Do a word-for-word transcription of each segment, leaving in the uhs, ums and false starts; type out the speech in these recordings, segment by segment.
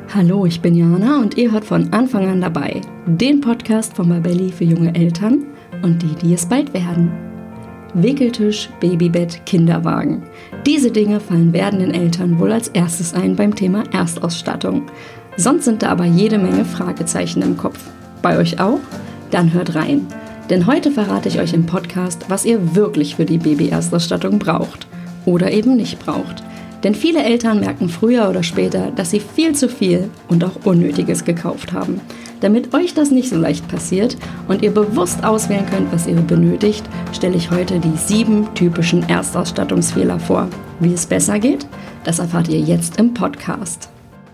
Hallo, ich bin Jana und ihr hört von Anfang an dabei den Podcast von Babelli für junge Eltern und die, die es bald werden. Wickeltisch, Babybett, Kinderwagen. Diese Dinge fallen werdenden Eltern wohl als erstes ein beim Thema Erstausstattung. Sonst sind da aber jede Menge Fragezeichen im Kopf. Bei euch auch? Dann hört rein. Denn heute verrate ich euch im Podcast, was ihr wirklich für die Baby-Erstausstattung braucht oder eben nicht braucht. Denn viele Eltern merken früher oder später, dass sie viel zu viel und auch Unnötiges gekauft haben. Damit euch das nicht so leicht passiert und ihr bewusst auswählen könnt, was ihr benötigt, stelle ich heute die sieben typischen Erstausstattungsfehler vor. Wie es besser geht, das erfahrt ihr jetzt im Podcast.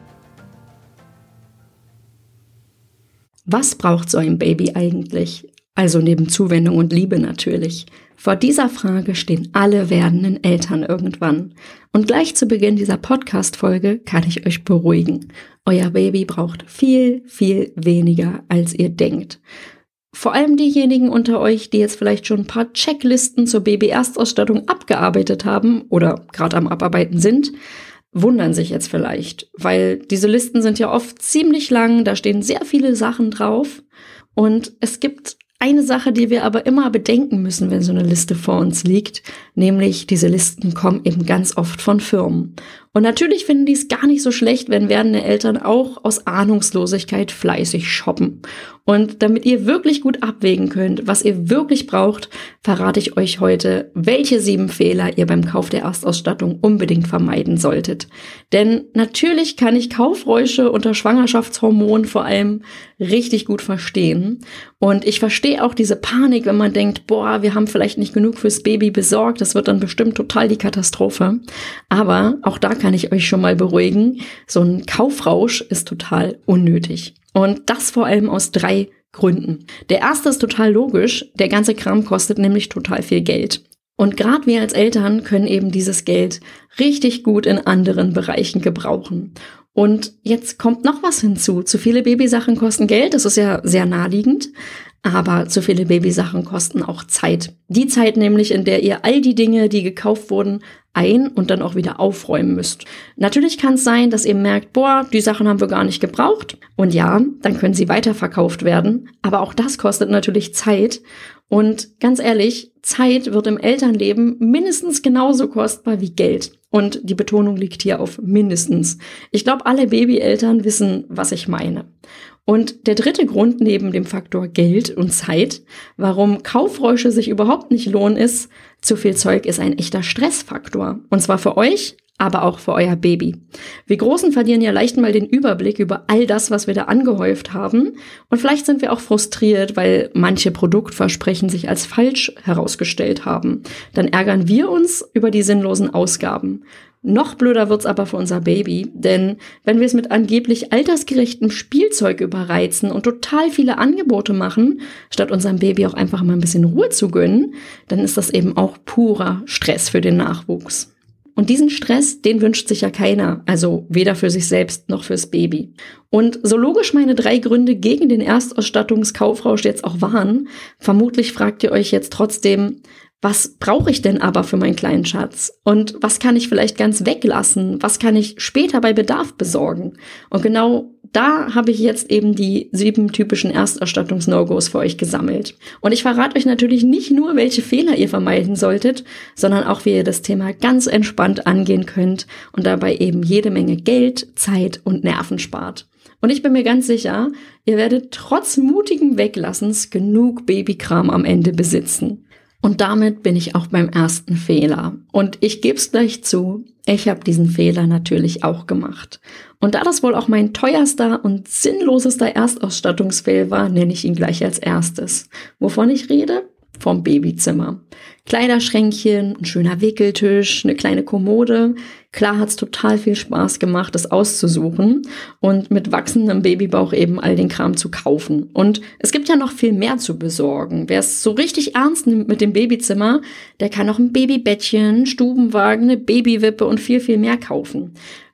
Was braucht so ein Baby eigentlich? Also neben Zuwendung und Liebe natürlich. Vor dieser Frage stehen alle werdenden Eltern irgendwann. Und gleich zu Beginn dieser Podcast-Folge kann ich euch beruhigen. Euer Baby braucht viel, viel weniger, als ihr denkt. Vor allem diejenigen unter euch, die jetzt vielleicht schon ein paar Checklisten zur Baby-Erstausstattung abgearbeitet haben oder gerade am Abarbeiten sind, wundern sich jetzt vielleicht, weil diese Listen sind ja oft ziemlich lang, da stehen sehr viele Sachen drauf und es gibt eine Sache, die wir aber immer bedenken müssen, wenn so eine Liste vor uns liegt, nämlich diese Listen kommen eben ganz oft von Firmen. Und natürlich finden die es gar nicht so schlecht, wenn werdende Eltern auch aus Ahnungslosigkeit fleißig shoppen. Und damit ihr wirklich gut abwägen könnt, was ihr wirklich braucht, verrate ich euch heute, welche sieben Fehler ihr beim Kauf der Erstausstattung unbedingt vermeiden solltet. Denn natürlich kann ich Kaufräusche unter Schwangerschaftshormonen vor allem richtig gut verstehen. Und ich verstehe auch diese Panik, wenn man denkt, boah, wir haben vielleicht nicht genug fürs Baby besorgt, das wird dann bestimmt total die Katastrophe. Aber auch da kann ich euch schon mal beruhigen, so ein Kaufrausch ist total unnötig. Und das vor allem aus drei Gründen. Der erste ist total logisch, der ganze Kram kostet nämlich total viel Geld. Und gerade wir als Eltern können eben dieses Geld richtig gut in anderen Bereichen gebrauchen. Und jetzt kommt noch was hinzu. Zu viele Babysachen kosten Geld, das ist ja sehr naheliegend. Aber zu viele Babysachen kosten auch Zeit. Die Zeit nämlich, in der ihr all die Dinge, die gekauft wurden, ein- und dann auch wieder aufräumen müsst. Natürlich kann es sein, dass ihr merkt, boah, die Sachen haben wir gar nicht gebraucht. Und ja, dann können sie weiterverkauft werden. Aber auch das kostet natürlich Zeit. Und ganz ehrlich, Zeit wird im Elternleben mindestens genauso kostbar wie Geld. Und die Betonung liegt hier auf mindestens. Ich glaube, alle Babyeltern wissen, was ich meine. Und der dritte Grund neben dem Faktor Geld und Zeit, warum Kaufräusche sich überhaupt nicht lohnen, ist, zu viel Zeug ist ein echter Stressfaktor. Und zwar für euch, aber auch für euer Baby. Wir Großen verlieren ja leicht mal den Überblick über all das, was wir da angehäuft haben. Und vielleicht sind wir auch frustriert, weil manche Produktversprechen sich als falsch herausgestellt haben. Dann ärgern wir uns über die sinnlosen Ausgaben. Noch blöder wird's aber für unser Baby, denn wenn wir es mit angeblich altersgerechtem Spielzeug überreizen und total viele Angebote machen, statt unserem Baby auch einfach mal ein bisschen Ruhe zu gönnen, dann ist das eben auch purer Stress für den Nachwuchs. Und diesen Stress, den wünscht sich ja keiner, also weder für sich selbst noch fürs Baby. Und so logisch meine drei Gründe gegen den Erstausstattungskaufrausch jetzt auch waren, vermutlich fragt ihr euch jetzt trotzdem, was brauche ich denn aber für meinen kleinen Schatz? Und was kann ich vielleicht ganz weglassen? Was kann ich später bei Bedarf besorgen? Und genau da habe ich jetzt eben die sieben typischen Erstausstattungs-No-Gos für euch gesammelt. Und ich verrate euch natürlich nicht nur, welche Fehler ihr vermeiden solltet, sondern auch, wie ihr das Thema ganz entspannt angehen könnt und dabei eben jede Menge Geld, Zeit und Nerven spart. Und ich bin mir ganz sicher, ihr werdet trotz mutigem Weglassens genug Babykram am Ende besitzen. Und damit bin ich auch beim ersten Fehler. Und ich gebe es gleich zu, ich habe diesen Fehler natürlich auch gemacht. Und da das wohl auch mein teuerster und sinnlosester Erstausstattungsfail war, nenne ich ihn gleich als erstes. Wovon ich rede? Vom Babyzimmer. Kleiderschränkchen, ein schöner Wickeltisch, eine kleine Kommode. Klar hat's total viel Spaß gemacht, das auszusuchen und mit wachsendem Babybauch eben all den Kram zu kaufen. Und es gibt ja noch viel mehr zu besorgen. Wer es so richtig ernst nimmt mit dem Babyzimmer, der kann noch ein Babybettchen, einen Stubenwagen, eine Babywippe und viel, viel mehr kaufen.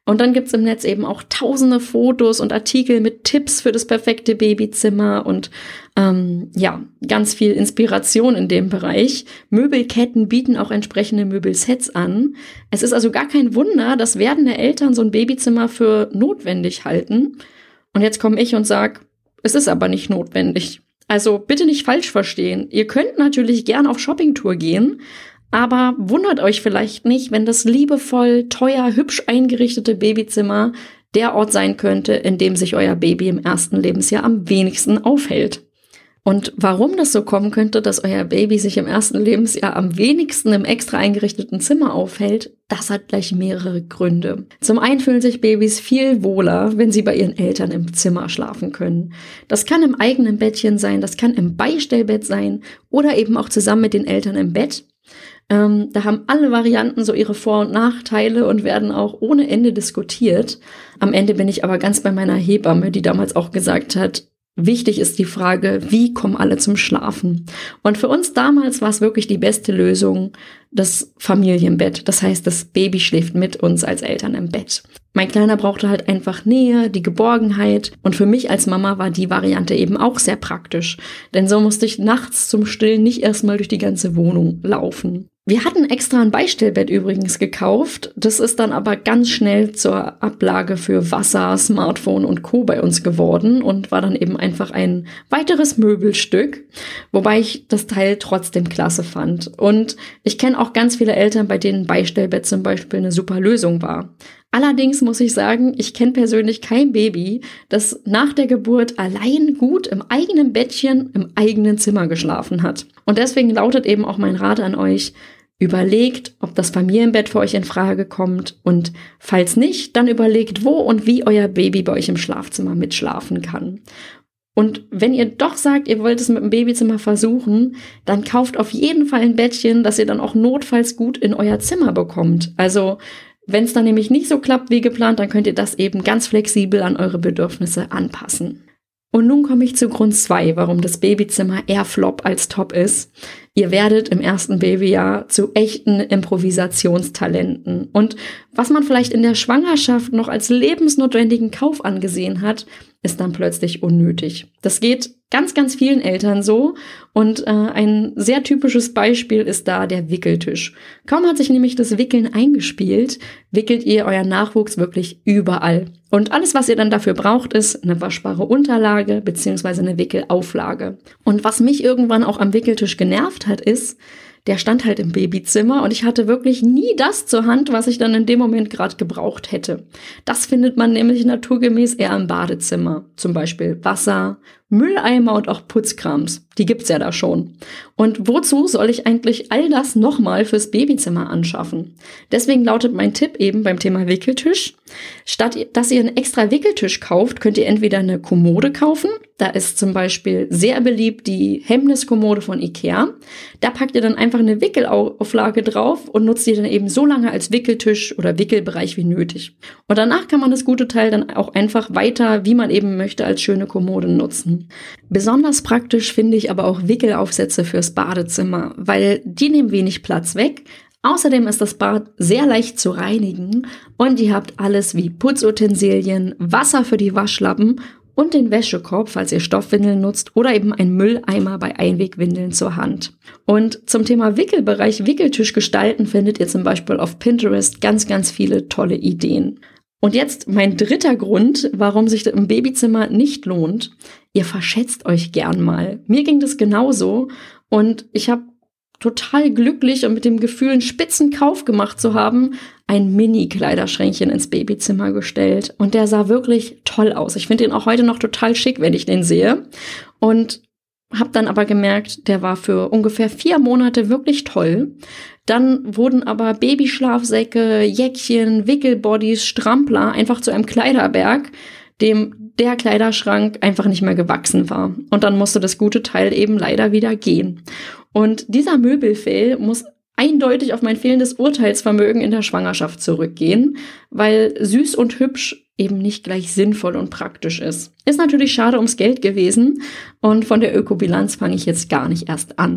Und dann gibt's im Netz eben auch tausende Fotos und Artikel mit Tipps für das perfekte Babyzimmer und ähm, ja, ganz viel Inspiration in dem Bereich. Möbelketten bieten auch entsprechende Möbelsets an. Es ist also gar kein Wunder, dass werdende Eltern so ein Babyzimmer für notwendig halten. Und jetzt komme ich und sage, es ist aber nicht notwendig. Also bitte nicht falsch verstehen. Ihr könnt natürlich gern auf Shoppingtour gehen, aber wundert euch vielleicht nicht, wenn das liebevoll, teuer, hübsch eingerichtete Babyzimmer der Ort sein könnte, in dem sich euer Baby im ersten Lebensjahr am wenigsten aufhält. Und warum das so kommen könnte, dass euer Baby sich im ersten Lebensjahr am wenigsten im extra eingerichteten Zimmer aufhält, das hat gleich mehrere Gründe. Zum einen fühlen sich Babys viel wohler, wenn sie bei ihren Eltern im Zimmer schlafen können. Das kann im eigenen Bettchen sein, das kann im Beistellbett sein oder eben auch zusammen mit den Eltern im Bett. Ähm, da haben alle Varianten so ihre Vor- und Nachteile und werden auch ohne Ende diskutiert. Am Ende bin ich aber ganz bei meiner Hebamme, die damals auch gesagt hat, wichtig ist die Frage, wie kommen alle zum Schlafen? Und für uns damals war es wirklich die beste Lösung, das Familienbett. Das heißt, das Baby schläft mit uns als Eltern im Bett. Mein Kleiner brauchte halt einfach Nähe, die Geborgenheit. Und für mich als Mama war die Variante eben auch sehr praktisch. Denn so musste ich nachts zum Stillen nicht erstmal durch die ganze Wohnung laufen. Wir hatten extra ein Beistellbett übrigens gekauft. Das ist dann aber ganz schnell zur Ablage für Wasser, Smartphone und Co. bei uns geworden und war dann eben einfach ein weiteres Möbelstück, wobei ich das Teil trotzdem klasse fand. Und ich kenne auch ganz viele Eltern, bei denen Beistellbett zum Beispiel eine super Lösung war. Allerdings muss ich sagen, ich kenne persönlich kein Baby, das nach der Geburt allein gut im eigenen Bettchen, im eigenen Zimmer geschlafen hat. Und deswegen lautet eben auch mein Rat an euch, überlegt, ob das Familienbett für euch in Frage kommt und falls nicht, dann überlegt, wo und wie euer Baby bei euch im Schlafzimmer mitschlafen kann. Und wenn ihr doch sagt, ihr wollt es mit dem Babyzimmer versuchen, dann kauft auf jeden Fall ein Bettchen, das ihr dann auch notfalls gut in euer Zimmer bekommt. Also wenn es dann nämlich nicht so klappt wie geplant, dann könnt ihr das eben ganz flexibel an eure Bedürfnisse anpassen. Und nun komme ich zu Grund zwei, warum das Babyzimmer eher Flop als Top ist. Ihr werdet im ersten Babyjahr zu echten Improvisationstalenten. Und was man vielleicht in der Schwangerschaft noch als lebensnotwendigen Kauf angesehen hat, ist dann plötzlich unnötig. Das geht ganz, ganz vielen Eltern so. Und äh, ein sehr typisches Beispiel ist da der Wickeltisch. Kaum hat sich nämlich das Wickeln eingespielt, wickelt ihr euren Nachwuchs wirklich überall. Und alles, was ihr dann dafür braucht, ist eine waschbare Unterlage bzw. eine Wickelauflage. Und was mich irgendwann auch am Wickeltisch genervt hat, ist, der stand halt im Babyzimmer und ich hatte wirklich nie das zur Hand, was ich dann in dem Moment gerade gebraucht hätte. Das findet man nämlich naturgemäß eher im Badezimmer. Zum Beispiel Wasser, Mülleimer und auch Putzkrams. Die gibt's ja da schon. Und wozu soll ich eigentlich all das nochmal fürs Babyzimmer anschaffen? Deswegen lautet mein Tipp eben beim Thema Wickeltisch: Statt dass ihr einen extra Wickeltisch kauft, könnt ihr entweder eine Kommode kaufen. Da ist zum Beispiel sehr beliebt die Hemmniskommode von Ikea. Da packt ihr dann einfach eine Wickelauflage drauf und nutzt die dann eben so lange als Wickeltisch oder Wickelbereich wie nötig. Und danach kann man das gute Teil dann auch einfach weiter, wie man eben möchte, als schöne Kommode nutzen. Besonders praktisch finde ich aber auch Wickelaufsätze fürs Badezimmer, weil die nehmen wenig Platz weg. Außerdem ist das Bad sehr leicht zu reinigen und ihr habt alles wie Putzutensilien, Wasser für die Waschlappen und den Wäschekorb, falls ihr Stoffwindeln nutzt, oder eben ein Mülleimer bei Einwegwindeln zur Hand. Und zum Thema Wickelbereich Wickeltisch gestalten findet ihr zum Beispiel auf Pinterest ganz, ganz viele tolle Ideen. Und jetzt mein dritter Grund, warum sich im Babyzimmer nicht lohnt. Ihr verschätzt euch gern mal. Mir ging das genauso und ich habe total glücklich und mit dem Gefühl, einen Spitzenkauf gemacht zu haben, ein Mini-Kleiderschränkchen ins Babyzimmer gestellt. Und der sah wirklich toll aus. Ich finde den auch heute noch total schick, wenn ich den sehe. Und habe dann aber gemerkt, der war für ungefähr vier Monate wirklich toll. Dann wurden aber Babyschlafsäcke, Jäckchen, Wickelbodies, Strampler einfach zu einem Kleiderberg, dem der Kleiderschrank einfach nicht mehr gewachsen war. Und dann musste das gute Teil eben leider wieder gehen. Und dieser Möbelfail muss eindeutig auf mein fehlendes Urteilsvermögen in der Schwangerschaft zurückgehen, weil süß und hübsch eben nicht gleich sinnvoll und praktisch ist. Ist natürlich schade ums Geld gewesen und von der Ökobilanz fange ich jetzt gar nicht erst an.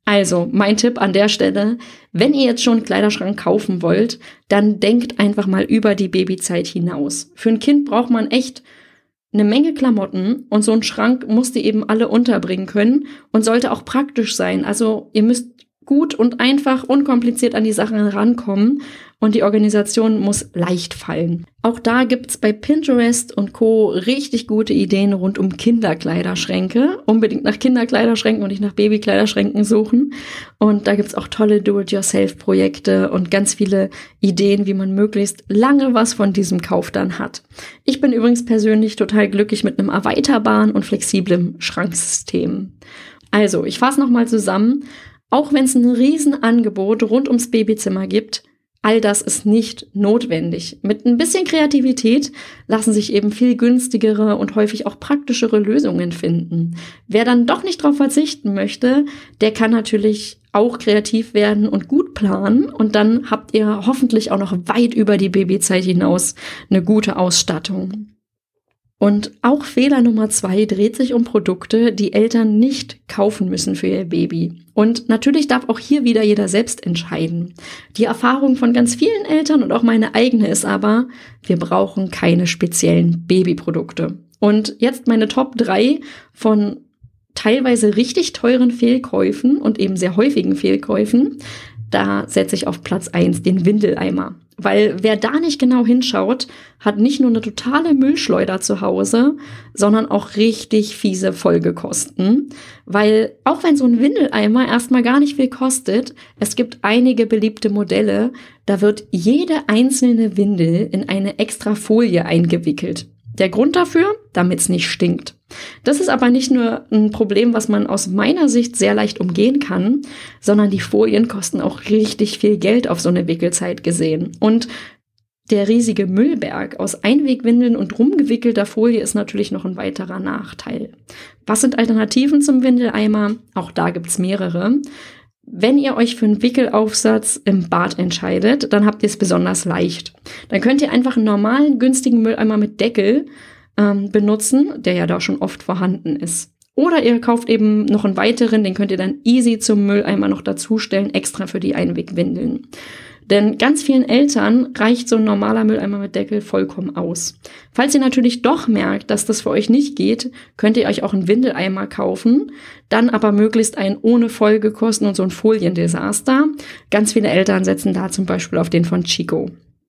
Also, mein Tipp an der Stelle, wenn ihr jetzt schon einen Kleiderschrank kaufen wollt, dann denkt einfach mal über die Babyzeit hinaus. Für ein Kind braucht man echt eine Menge Klamotten und so ein Schrank musst ihr eben alle unterbringen können und sollte auch praktisch sein. Also, ihr müsst gut und einfach, unkompliziert an die Sachen rankommen und die Organisation muss leicht fallen. Auch da gibt's bei Pinterest und Co. richtig gute Ideen rund um Kinderkleiderschränke. Unbedingt nach Kinderkleiderschränken und nicht nach Babykleiderschränken suchen. Und da gibt's auch tolle Do-it-yourself-Projekte und ganz viele Ideen, wie man möglichst lange was von diesem Kauf dann hat. Ich bin übrigens persönlich total glücklich mit einem erweiterbaren und flexiblen Schranksystem. Also, ich fasse nochmal zusammen. Auch wenn es ein Riesenangebot rund ums Babyzimmer gibt, all das ist nicht notwendig. Mit ein bisschen Kreativität lassen sich eben viel günstigere und häufig auch praktischere Lösungen finden. Wer dann doch nicht darauf verzichten möchte, der kann natürlich auch kreativ werden und gut planen und dann habt ihr hoffentlich auch noch weit über die Babyzeit hinaus eine gute Ausstattung. Und auch Fehler Nummer zwei dreht sich um Produkte, die Eltern nicht kaufen müssen für ihr Baby. Und natürlich darf auch hier wieder jeder selbst entscheiden. Die Erfahrung von ganz vielen Eltern und auch meine eigene ist aber, wir brauchen keine speziellen Babyprodukte. Und jetzt meine Top drei von teilweise richtig teuren Fehlkäufen und eben sehr häufigen Fehlkäufen. Da setze ich auf Platz eins den Windeleimer. Weil wer da nicht genau hinschaut, hat nicht nur eine totale Müllschleuder zu Hause, sondern auch richtig fiese Folgekosten. Weil auch wenn so ein Windeleimer erstmal gar nicht viel kostet, es gibt einige beliebte Modelle, da wird jede einzelne Windel in eine extra Folie eingewickelt. Der Grund dafür, damit es nicht stinkt. Das ist aber nicht nur ein Problem, was man aus meiner Sicht sehr leicht umgehen kann, sondern die Folien kosten auch richtig viel Geld auf so eine Wickelzeit gesehen. Und der riesige Müllberg aus Einwegwindeln und rumgewickelter Folie ist natürlich noch ein weiterer Nachteil. Was sind Alternativen zum Windeleimer? Auch da gibt's mehrere. Wenn ihr euch für einen Wickelaufsatz im Bad entscheidet, dann habt ihr es besonders leicht. Dann könnt ihr einfach einen normalen, günstigen Mülleimer mit Deckel ähm, benutzen, der ja da schon oft vorhanden ist. Oder ihr kauft eben noch einen weiteren, den könnt ihr dann easy zum Mülleimer noch dazustellen, extra für die Einwegwindeln. Denn ganz vielen Eltern reicht so ein normaler Mülleimer mit Deckel vollkommen aus. Falls ihr natürlich doch merkt, dass das für euch nicht geht, könnt ihr euch auch einen Windeleimer kaufen, dann aber möglichst einen ohne Folgekosten und so ein Foliendesaster. Ganz viele Eltern setzen da zum Beispiel auf den von Chico.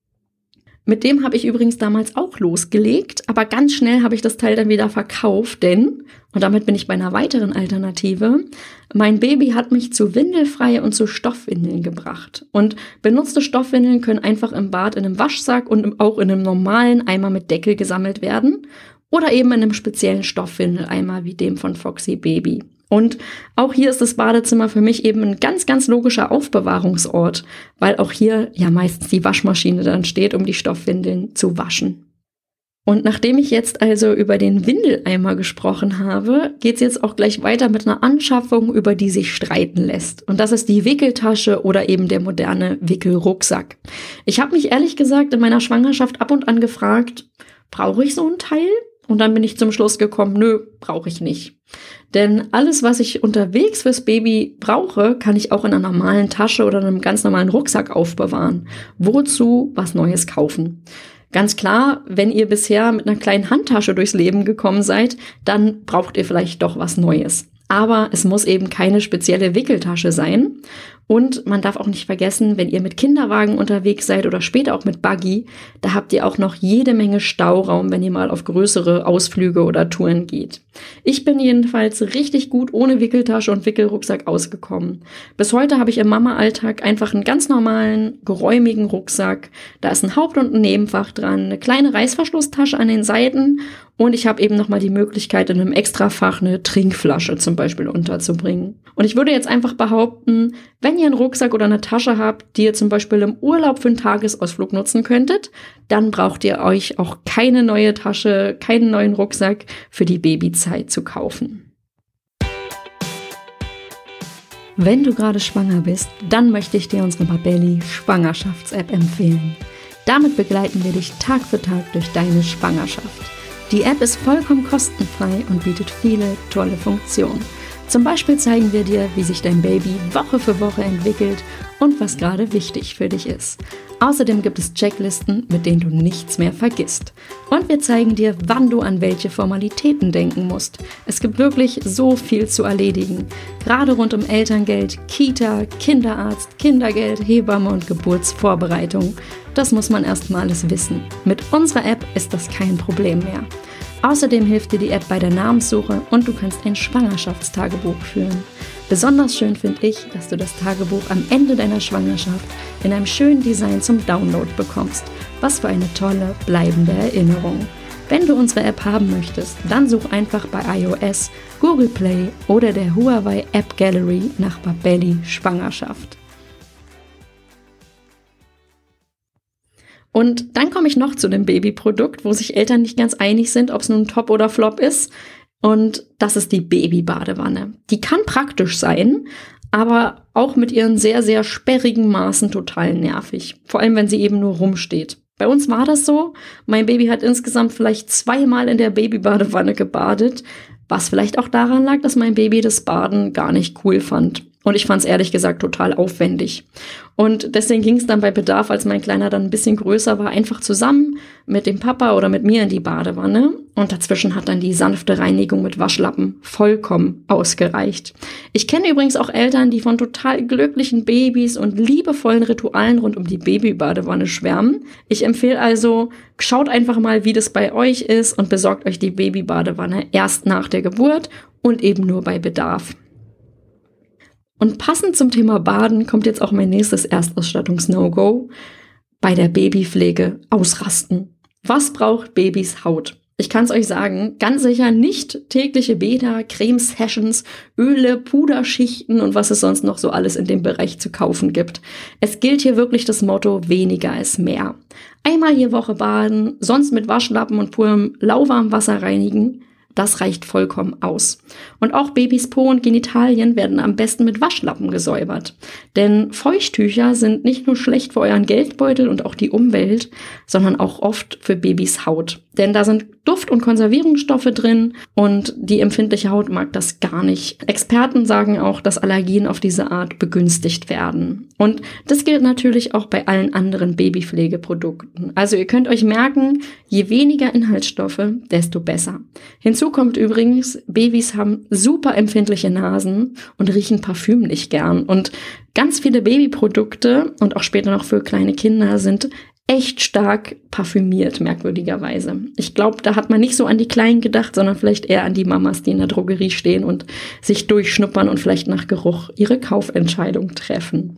Mit dem habe ich übrigens damals auch losgelegt, aber ganz schnell habe ich das Teil dann wieder verkauft, denn, und damit bin ich bei einer weiteren Alternative, mein Baby hat mich zu windelfrei und zu Stoffwindeln gebracht. Und benutzte Stoffwindeln können einfach im Bad in einem Waschsack und auch in einem normalen Eimer mit Deckel gesammelt werden oder eben in einem speziellen Stoffwindeleimer wie dem von Foxy Baby. Und auch hier ist das Badezimmer für mich eben ein ganz, ganz logischer Aufbewahrungsort, weil auch hier ja meistens die Waschmaschine dann steht, um die Stoffwindeln zu waschen. Und nachdem ich jetzt also über den Windeleimer gesprochen habe, geht's jetzt auch gleich weiter mit einer Anschaffung, über die sich streiten lässt. Und das ist die Wickeltasche oder eben der moderne Wickelrucksack. Ich habe mich ehrlich gesagt in meiner Schwangerschaft ab und an gefragt, brauche ich so ein Teil? Und dann bin ich zum Schluss gekommen, nö, brauche ich nicht. Denn alles, was ich unterwegs fürs Baby brauche, kann ich auch in einer normalen Tasche oder einem ganz normalen Rucksack aufbewahren. Wozu was Neues kaufen? Ganz klar, wenn ihr bisher mit einer kleinen Handtasche durchs Leben gekommen seid, dann braucht ihr vielleicht doch was Neues. Aber es muss eben keine spezielle Wickeltasche sein. Und man darf auch nicht vergessen, wenn ihr mit Kinderwagen unterwegs seid oder später auch mit Buggy, da habt ihr auch noch jede Menge Stauraum, wenn ihr mal auf größere Ausflüge oder Touren geht. Ich bin jedenfalls richtig gut ohne Wickeltasche und Wickelrucksack ausgekommen. Bis heute habe ich im Mama-Alltag einfach einen ganz normalen, geräumigen Rucksack. Da ist ein Haupt- und ein Nebenfach dran, eine kleine Reißverschlusstasche an den Seiten und ich habe eben nochmal die Möglichkeit, in einem Extrafach eine Trinkflasche zum Beispiel unterzubringen. Und ich würde jetzt einfach behaupten, wenn ihr einen Rucksack oder eine Tasche habt, die ihr zum Beispiel im Urlaub für einen Tagesausflug nutzen könntet, dann braucht ihr euch auch keine neue Tasche, keinen neuen Rucksack für die Babyzeit zu kaufen. Wenn du gerade schwanger bist, dann möchte ich dir unsere Babelli Schwangerschafts-App empfehlen. Damit begleiten wir dich Tag für Tag durch deine Schwangerschaft. Die App ist vollkommen kostenfrei und bietet viele tolle Funktionen. Zum Beispiel zeigen wir dir, wie sich dein Baby Woche für Woche entwickelt und was gerade wichtig für dich ist. Außerdem gibt es Checklisten, mit denen du nichts mehr vergisst. Und wir zeigen dir, wann du an welche Formalitäten denken musst. Es gibt wirklich so viel zu erledigen. Gerade rund um Elterngeld, Kita, Kinderarzt, Kindergeld, Hebamme und Geburtsvorbereitung. Das muss man erstmal alles wissen. Mit unserer App ist das kein Problem mehr. Außerdem hilft dir die App bei der Namenssuche und du kannst ein Schwangerschaftstagebuch führen. Besonders schön finde ich, dass du das Tagebuch am Ende deiner Schwangerschaft in einem schönen Design zum Download bekommst. Was für eine tolle, bleibende Erinnerung. Wenn du unsere App haben möchtest, dann such einfach bei iOS, Google Play oder der Huawei App Gallery nach Babelli Schwangerschaft. Und dann komme ich noch zu dem Babyprodukt, wo sich Eltern nicht ganz einig sind, ob es nun Top oder Flop ist. Und das ist die Babybadewanne. Die kann praktisch sein, aber auch mit ihren sehr, sehr sperrigen Maßen total nervig. Vor allem, wenn sie eben nur rumsteht. Bei uns war das so. Mein Baby hat insgesamt vielleicht zweimal in der Babybadewanne gebadet, was vielleicht auch daran lag, dass mein Baby das Baden gar nicht cool fand. Und ich fand es ehrlich gesagt total aufwendig. Und deswegen ging es dann bei Bedarf, als mein Kleiner dann ein bisschen größer war, einfach zusammen mit dem Papa oder mit mir in die Badewanne. Und dazwischen hat dann die sanfte Reinigung mit Waschlappen vollkommen ausgereicht. Ich kenne übrigens auch Eltern, die von total glücklichen Babys und liebevollen Ritualen rund um die Babybadewanne schwärmen. Ich empfehle also, schaut einfach mal, wie das bei euch ist und besorgt euch die Babybadewanne erst nach der Geburt und eben nur bei Bedarf. Und passend zum Thema Baden kommt jetzt auch mein nächstes Erstausstattungs-No-Go. Bei der Babypflege ausrasten. Was braucht Babys Haut? Ich kann es euch sagen, ganz sicher nicht tägliche Bäder, Creme-Sessions, Öle, Puderschichten und was es sonst noch so alles in dem Bereich zu kaufen gibt. Es gilt hier wirklich das Motto, weniger ist mehr. Einmal je Woche baden, sonst mit Waschlappen und purem lauwarmem Wasser reinigen. Das reicht vollkommen aus. Und auch Babys Po und Genitalien werden am besten mit Waschlappen gesäubert. Denn Feuchttücher sind nicht nur schlecht für euren Geldbeutel und auch die Umwelt, sondern auch oft für Babys Haut. Denn da sind Duft- und Konservierungsstoffe drin und die empfindliche Haut mag das gar nicht. Experten sagen auch, dass Allergien auf diese Art begünstigt werden. Und das gilt natürlich auch bei allen anderen Babypflegeprodukten. Also ihr könnt euch merken, je weniger Inhaltsstoffe, desto besser. Hinzu kommt übrigens, Babys haben super empfindliche Nasen und riechen Parfüm nicht gern. Und ganz viele Babyprodukte und auch später noch für kleine Kinder sind echt stark parfümiert, merkwürdigerweise. Ich glaube, da hat man nicht so an die Kleinen gedacht, sondern vielleicht eher an die Mamas, die in der Drogerie stehen und sich durchschnuppern und vielleicht nach Geruch ihre Kaufentscheidung treffen.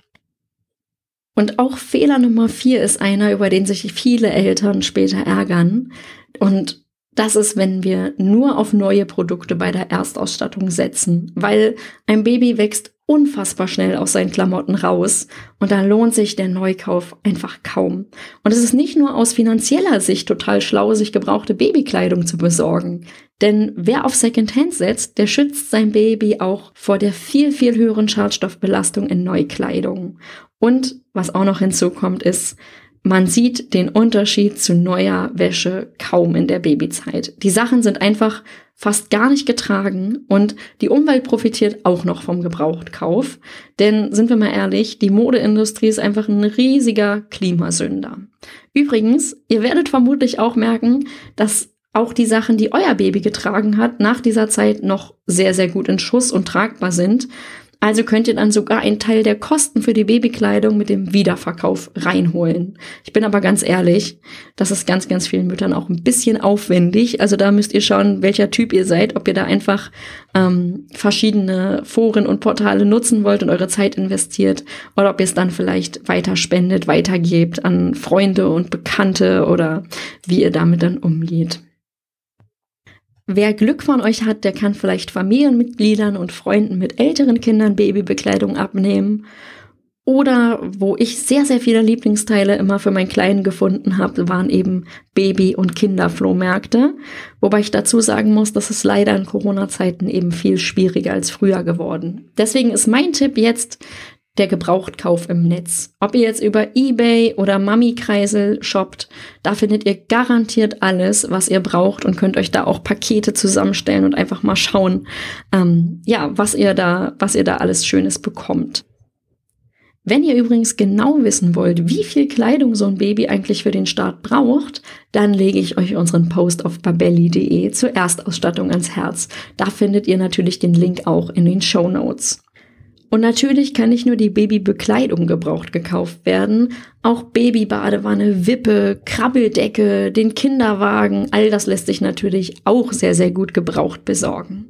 Und auch Fehler Nummer vier ist einer, über den sich viele Eltern später ärgern. Und das ist, wenn wir nur auf neue Produkte bei der Erstausstattung setzen, weil ein Baby wächst unfassbar schnell aus seinen Klamotten raus und da lohnt sich der Neukauf einfach kaum. Und es ist nicht nur aus finanzieller Sicht total schlau, sich gebrauchte Babykleidung zu besorgen, denn wer auf Secondhand setzt, der schützt sein Baby auch vor der viel, viel höheren Schadstoffbelastung in Neukleidung. Und was auch noch hinzukommt ist, man sieht den Unterschied zu neuer Wäsche kaum in der Babyzeit. Die Sachen sind einfach fast gar nicht getragen und die Umwelt profitiert auch noch vom Gebrauchtkauf. Denn, sind wir mal ehrlich, die Modeindustrie ist einfach ein riesiger Klimasünder. Übrigens, ihr werdet vermutlich auch merken, dass auch die Sachen, die euer Baby getragen hat, nach dieser Zeit noch sehr, sehr gut in Schuss und tragbar sind. Also könnt ihr dann sogar einen Teil der Kosten für die Babykleidung mit dem Wiederverkauf reinholen. Ich bin aber ganz ehrlich, das ist ganz, ganz vielen Müttern auch ein bisschen aufwendig. Also da müsst ihr schauen, welcher Typ ihr seid, ob ihr da einfach ähm, verschiedene Foren und Portale nutzen wollt und eure Zeit investiert oder ob ihr es dann vielleicht weiter spendet, weitergebt an Freunde und Bekannte oder wie ihr damit dann umgeht. Wer Glück von euch hat, der kann vielleicht Familienmitgliedern und Freunden mit älteren Kindern Babybekleidung abnehmen. Oder wo ich sehr, sehr viele Lieblingsteile immer für meinen Kleinen gefunden habe, waren eben Baby- und Kinderflohmärkte. Wobei ich dazu sagen muss, das ist leider in Corona-Zeiten eben viel schwieriger als früher geworden. Deswegen ist mein Tipp jetzt, der Gebrauchtkauf im Netz. Ob ihr jetzt über eBay oder Mami-Kreisel shoppt, da findet ihr garantiert alles, was ihr braucht und könnt euch da auch Pakete zusammenstellen und einfach mal schauen, ähm, ja, was ihr da, was ihr da alles Schönes bekommt. Wenn ihr übrigens genau wissen wollt, wie viel Kleidung so ein Baby eigentlich für den Start braucht, dann lege ich euch unseren Post auf babelli punkt de zur Erstausstattung ans Herz. Da findet ihr natürlich den Link auch in den Shownotes. Und natürlich kann nicht nur die Babybekleidung gebraucht gekauft werden, auch Babybadewanne, Wippe, Krabbeldecke, den Kinderwagen, all das lässt sich natürlich auch sehr, sehr gut gebraucht besorgen.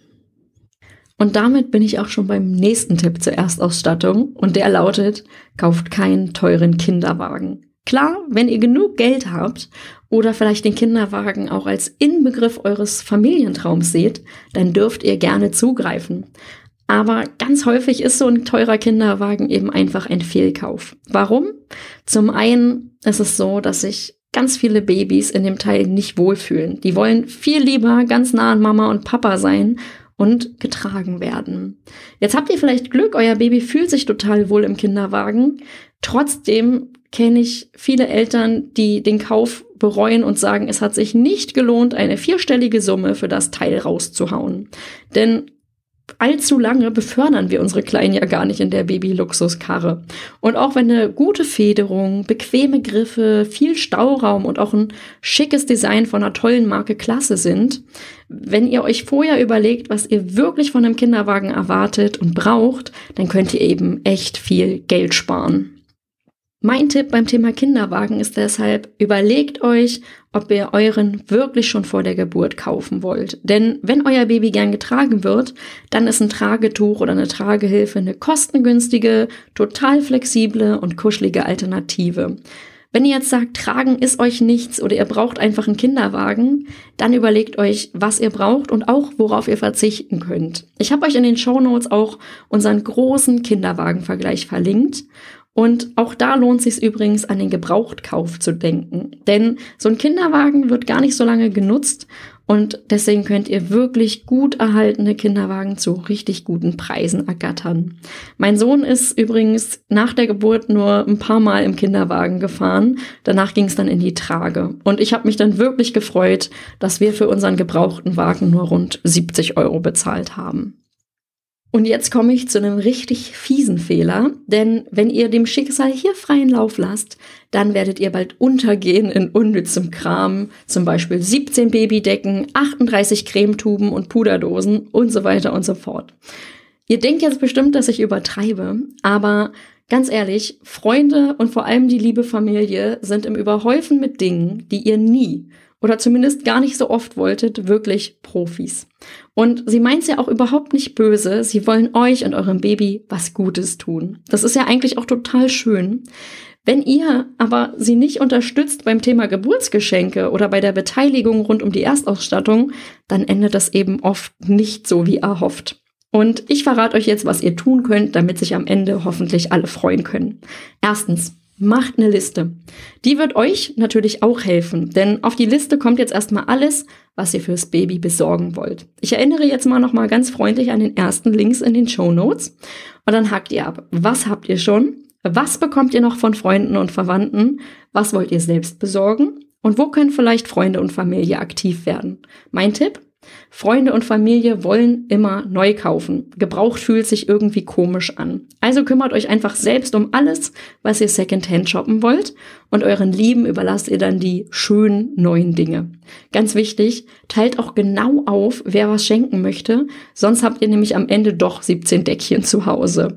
Und damit bin ich auch schon beim nächsten Tipp zur Erstausstattung und der lautet, kauft keinen teuren Kinderwagen. Klar, wenn ihr genug Geld habt oder vielleicht den Kinderwagen auch als Inbegriff eures Familientraums seht, dann dürft ihr gerne zugreifen. Aber ganz häufig ist so ein teurer Kinderwagen eben einfach ein Fehlkauf. Warum? Zum einen ist es so, dass sich ganz viele Babys in dem Teil nicht wohlfühlen. Die wollen viel lieber ganz nah an Mama und Papa sein und getragen werden. Jetzt habt ihr vielleicht Glück, euer Baby fühlt sich total wohl im Kinderwagen. Trotzdem kenne ich viele Eltern, die den Kauf bereuen und sagen, es hat sich nicht gelohnt, eine vierstellige Summe für das Teil rauszuhauen. Denn allzu lange befördern wir unsere Kleinen ja gar nicht in der Baby-Luxuskarre. Und auch wenn eine gute Federung, bequeme Griffe, viel Stauraum und auch ein schickes Design von einer tollen Marke klasse sind, wenn ihr euch vorher überlegt, was ihr wirklich von einem Kinderwagen erwartet und braucht, dann könnt ihr eben echt viel Geld sparen. Mein Tipp beim Thema Kinderwagen ist deshalb, überlegt euch, ob ihr euren wirklich schon vor der Geburt kaufen wollt. Denn wenn euer Baby gern getragen wird, dann ist ein Tragetuch oder eine Tragehilfe eine kostengünstige, total flexible und kuschelige Alternative. Wenn ihr jetzt sagt, tragen ist euch nichts oder ihr braucht einfach einen Kinderwagen, dann überlegt euch, was ihr braucht und auch, worauf ihr verzichten könnt. Ich habe euch in den Shownotes auch unseren großen Kinderwagenvergleich verlinkt. Und auch da lohnt es sich übrigens, an den Gebrauchtkauf zu denken. Denn so ein Kinderwagen wird gar nicht so lange genutzt und deswegen könnt ihr wirklich gut erhaltene Kinderwagen zu richtig guten Preisen ergattern. Mein Sohn ist übrigens nach der Geburt nur ein paar Mal im Kinderwagen gefahren. Danach ging es dann in die Trage. Und ich habe mich dann wirklich gefreut, dass wir für unseren gebrauchten Wagen nur rund siebzig Euro bezahlt haben. Und jetzt komme ich zu einem richtig fiesen Fehler, denn wenn ihr dem Schicksal hier freien Lauf lasst, dann werdet ihr bald untergehen in unnützem Kram, zum Beispiel siebzehn Babydecken, achtunddreißig Cremetuben und Puderdosen und so weiter und so fort. Ihr denkt jetzt bestimmt, dass ich übertreibe, aber ganz ehrlich, Freunde und vor allem die liebe Familie sind im Überhäufen mit Dingen, die ihr nie oder zumindest gar nicht so oft wolltet, wirklich Profis. Und sie meint's ja auch überhaupt nicht böse, sie wollen euch und eurem Baby was Gutes tun. Das ist ja eigentlich auch total schön. Wenn ihr aber sie nicht unterstützt beim Thema Geburtsgeschenke oder bei der Beteiligung rund um die Erstausstattung, dann endet das eben oft nicht so wie erhofft. Und ich verrate euch jetzt, was ihr tun könnt, damit sich am Ende hoffentlich alle freuen können. Erstens, macht eine Liste. Die wird euch natürlich auch helfen, denn auf die Liste kommt jetzt erstmal alles, was ihr fürs Baby besorgen wollt. Ich erinnere jetzt mal nochmal ganz freundlich an den ersten Links in den Shownotes und dann hakt ihr ab. Was habt ihr schon? Was bekommt ihr noch von Freunden und Verwandten? Was wollt ihr selbst besorgen? Und wo können vielleicht Freunde und Familie aktiv werden? Mein Tipp? Freunde und Familie wollen immer neu kaufen. Gebraucht fühlt sich irgendwie komisch an. Also kümmert euch einfach selbst um alles, was ihr Secondhand shoppen wollt und euren Lieben überlasst ihr dann die schönen neuen Dinge. Ganz wichtig, teilt auch genau auf, wer was schenken möchte, sonst habt ihr nämlich am Ende doch siebzehn Deckchen zu Hause.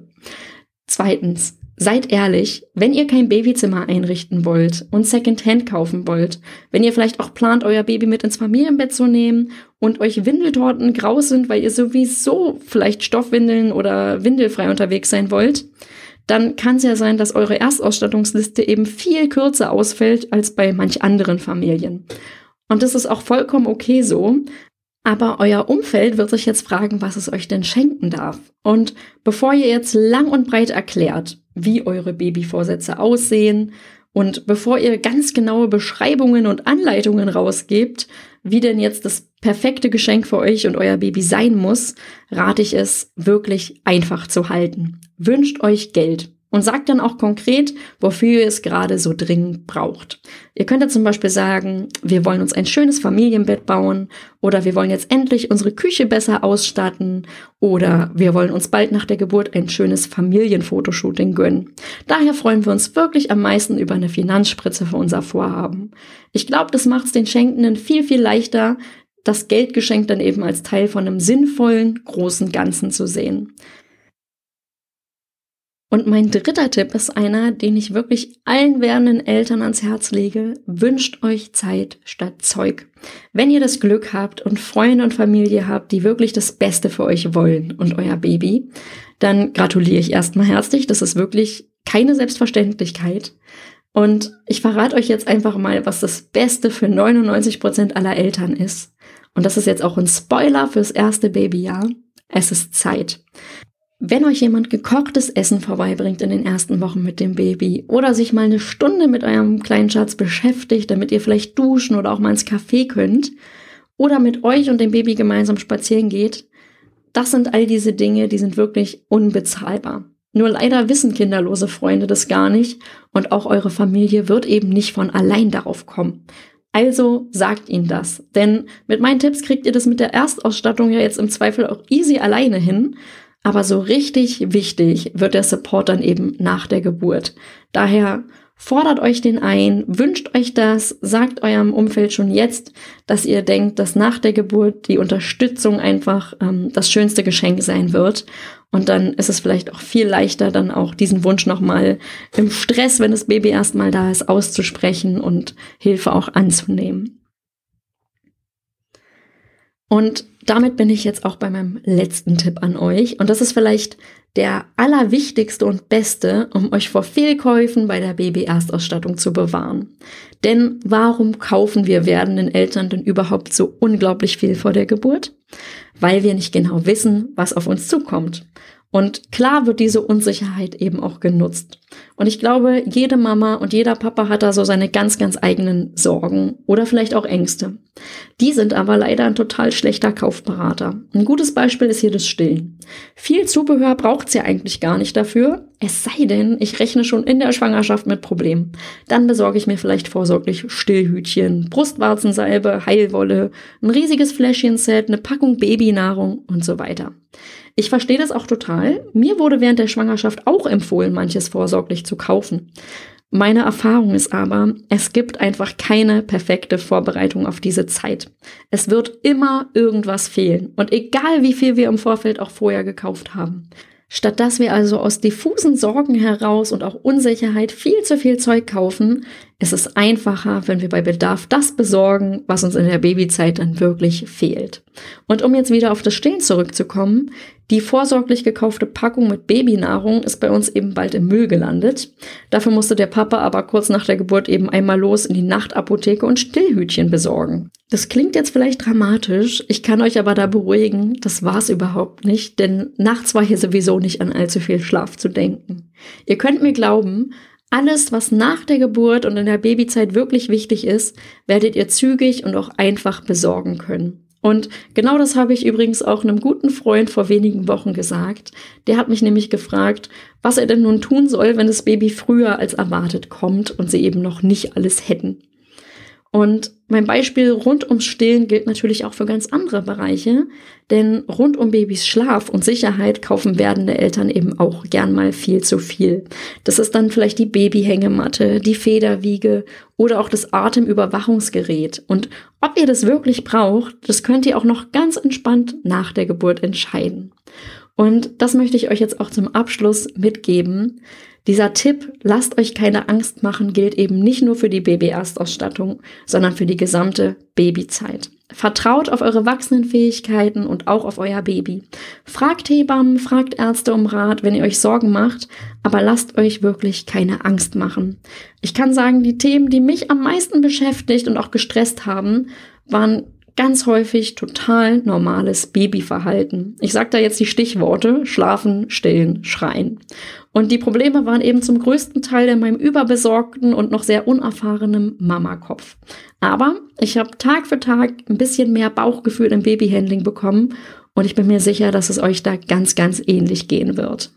Zweitens, seid ehrlich, wenn ihr kein Babyzimmer einrichten wollt und Secondhand kaufen wollt, wenn ihr vielleicht auch plant, euer Baby mit ins Familienbett zu nehmen und euch Windeltorten grau sind, weil ihr sowieso vielleicht Stoffwindeln oder windelfrei unterwegs sein wollt, dann kann es ja sein, dass eure Erstausstattungsliste eben viel kürzer ausfällt als bei manch anderen Familien. Und das ist auch vollkommen okay so. Aber euer Umfeld wird sich jetzt fragen, was es euch denn schenken darf. Und bevor ihr jetzt lang und breit erklärt, wie eure Babyvorsätze aussehen Und bevor ihr ganz genaue Beschreibungen und Anleitungen rausgebt, wie denn jetzt das perfekte Geschenk für euch und euer Baby sein muss, rate ich es, wirklich einfach zu halten. Wünscht euch Geld und sagt dann auch konkret, wofür ihr es gerade so dringend braucht. Ihr könnt ja zum Beispiel sagen, wir wollen uns ein schönes Familienbett bauen oder wir wollen jetzt endlich unsere Küche besser ausstatten oder wir wollen uns bald nach der Geburt ein schönes Familienfotoshooting gönnen. Daher freuen wir uns wirklich am meisten über eine Finanzspritze für unser Vorhaben. Ich glaube, das macht es den Schenkenden viel, viel leichter, das Geldgeschenk dann eben als Teil von einem sinnvollen, großen Ganzen zu sehen. Und mein dritter Tipp ist einer, den ich wirklich allen werdenden Eltern ans Herz lege. Wünscht euch Zeit statt Zeug. Wenn ihr das Glück habt und Freunde und Familie habt, die wirklich das Beste für euch wollen und euer Baby, dann gratuliere ich erstmal herzlich. Das ist wirklich keine Selbstverständlichkeit. Und ich verrate euch jetzt einfach mal, was das Beste für neunundneunzig Prozent aller Eltern ist. Und das ist jetzt auch ein Spoiler fürs erste Babyjahr. Es ist Zeit. Wenn euch jemand gekochtes Essen vorbeibringt in den ersten Wochen mit dem Baby oder sich mal eine Stunde mit eurem kleinen Schatz beschäftigt, damit ihr vielleicht duschen oder auch mal ins Café könnt oder mit euch und dem Baby gemeinsam spazieren geht, das sind all diese Dinge, die sind wirklich unbezahlbar. Nur leider wissen kinderlose Freunde das gar nicht und auch eure Familie wird eben nicht von allein darauf kommen. Also sagt ihnen das, denn mit meinen Tipps kriegt ihr das mit der Erstausstattung ja jetzt im Zweifel auch easy alleine hin. Aber so richtig wichtig wird der Support dann eben nach der Geburt. Daher fordert euch den ein, wünscht euch das, sagt eurem Umfeld schon jetzt, dass ihr denkt, dass nach der Geburt die Unterstützung einfach ähm, das schönste Geschenk sein wird. Und dann ist es vielleicht auch viel leichter, dann auch diesen Wunsch nochmal im Stress, wenn das Baby erstmal da ist, auszusprechen und Hilfe auch anzunehmen. Und damit bin ich jetzt auch bei meinem letzten Tipp an euch. Und das ist vielleicht der allerwichtigste und beste, um euch vor Fehlkäufen bei der Baby-Erstausstattung zu bewahren. Denn warum kaufen wir werdenden Eltern denn überhaupt so unglaublich viel vor der Geburt? Weil wir nicht genau wissen, was auf uns zukommt. Und klar wird diese Unsicherheit eben auch genutzt. Und ich glaube, jede Mama und jeder Papa hat da so seine ganz, ganz eigenen Sorgen oder vielleicht auch Ängste. Die sind aber leider ein total schlechter Kaufberater. Ein gutes Beispiel ist hier das Stillen. Viel Zubehör braucht's ja eigentlich gar nicht dafür, es sei denn, ich rechne schon in der Schwangerschaft mit Problemen. Dann besorge ich mir vielleicht vorsorglich Stillhütchen, Brustwarzensalbe, Heilwolle, ein riesiges Fläschchenset, eine Packung Babynahrung und so weiter. Ich verstehe das auch total. Mir wurde während der Schwangerschaft auch empfohlen, manches vorsorglich zu kaufen. Meine Erfahrung ist aber, es gibt einfach keine perfekte Vorbereitung auf diese Zeit. Es wird immer irgendwas fehlen und egal wie viel wir im Vorfeld auch vorher gekauft haben. Statt dass wir also aus diffusen Sorgen heraus und auch Unsicherheit viel zu viel Zeug kaufen, ist es einfacher, wenn wir bei Bedarf das besorgen, was uns in der Babyzeit dann wirklich fehlt. Und um jetzt wieder auf das Stillen zurückzukommen, die vorsorglich gekaufte Packung mit Babynahrung ist bei uns eben bald im Müll gelandet. Dafür musste der Papa aber kurz nach der Geburt eben einmal los in die Nachtapotheke und Stillhütchen besorgen. Das klingt jetzt vielleicht dramatisch, ich kann euch aber da beruhigen, das war's überhaupt nicht, denn nachts war hier sowieso nicht an allzu viel Schlaf zu denken. Ihr könnt mir glauben, alles, was nach der Geburt und in der Babyzeit wirklich wichtig ist, werdet ihr zügig und auch einfach besorgen können. Und genau das habe ich übrigens auch einem guten Freund vor wenigen Wochen gesagt. Der hat mich nämlich gefragt, was er denn nun tun soll, wenn das Baby früher als erwartet kommt und sie eben noch nicht alles hätten. Und mein Beispiel rund ums Stillen gilt natürlich auch für ganz andere Bereiche, denn rund um Babys Schlaf und Sicherheit kaufen werdende Eltern eben auch gern mal viel zu viel. Das ist dann vielleicht die Babyhängematte, die Federwiege oder auch das Atemüberwachungsgerät. Und ob ihr das wirklich braucht, das könnt ihr auch noch ganz entspannt nach der Geburt entscheiden. Und das möchte ich euch jetzt auch zum Abschluss mitgeben. Dieser Tipp, lasst euch keine Angst machen, gilt eben nicht nur für die Baby-Erstausstattung, sondern für die gesamte Babyzeit. Vertraut auf eure Wachsendenfähigkeiten und auch auf euer Baby. Fragt Hebammen, fragt Ärzte um Rat, wenn ihr euch Sorgen macht, aber lasst euch wirklich keine Angst machen. Ich kann sagen, die Themen, die mich am meisten beschäftigt und auch gestresst haben, waren ganz häufig total normales Babyverhalten. Ich sage da jetzt die Stichworte: Schlafen, Stillen, Schreien. Und die Probleme waren eben zum größten Teil in meinem überbesorgten und noch sehr unerfahrenen Mama-Kopf. Aber ich habe Tag für Tag ein bisschen mehr Bauchgefühl im Babyhandling bekommen und ich bin mir sicher, dass es euch da ganz, ganz ähnlich gehen wird.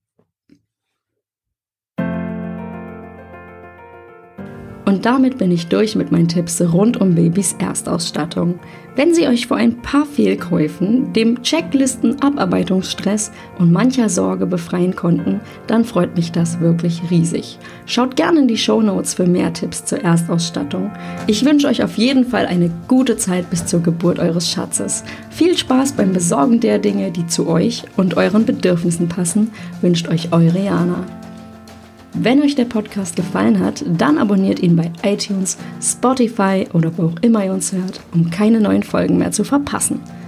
Und damit bin ich durch mit meinen Tipps rund um Babys Erstausstattung. Wenn sie euch vor ein paar Fehlkäufen, dem Checklisten-Abarbeitungsstress und mancher Sorge befreien konnten, dann freut mich das wirklich riesig. Schaut gerne in die Shownotes für mehr Tipps zur Erstausstattung. Ich wünsche euch auf jeden Fall eine gute Zeit bis zur Geburt eures Schatzes. Viel Spaß beim Besorgen der Dinge, die zu euch und euren Bedürfnissen passen, wünscht euch eure Jana. Wenn euch der Podcast gefallen hat, dann abonniert ihn bei iTunes, Spotify oder wo auch immer ihr uns hört, um keine neuen Folgen mehr zu verpassen.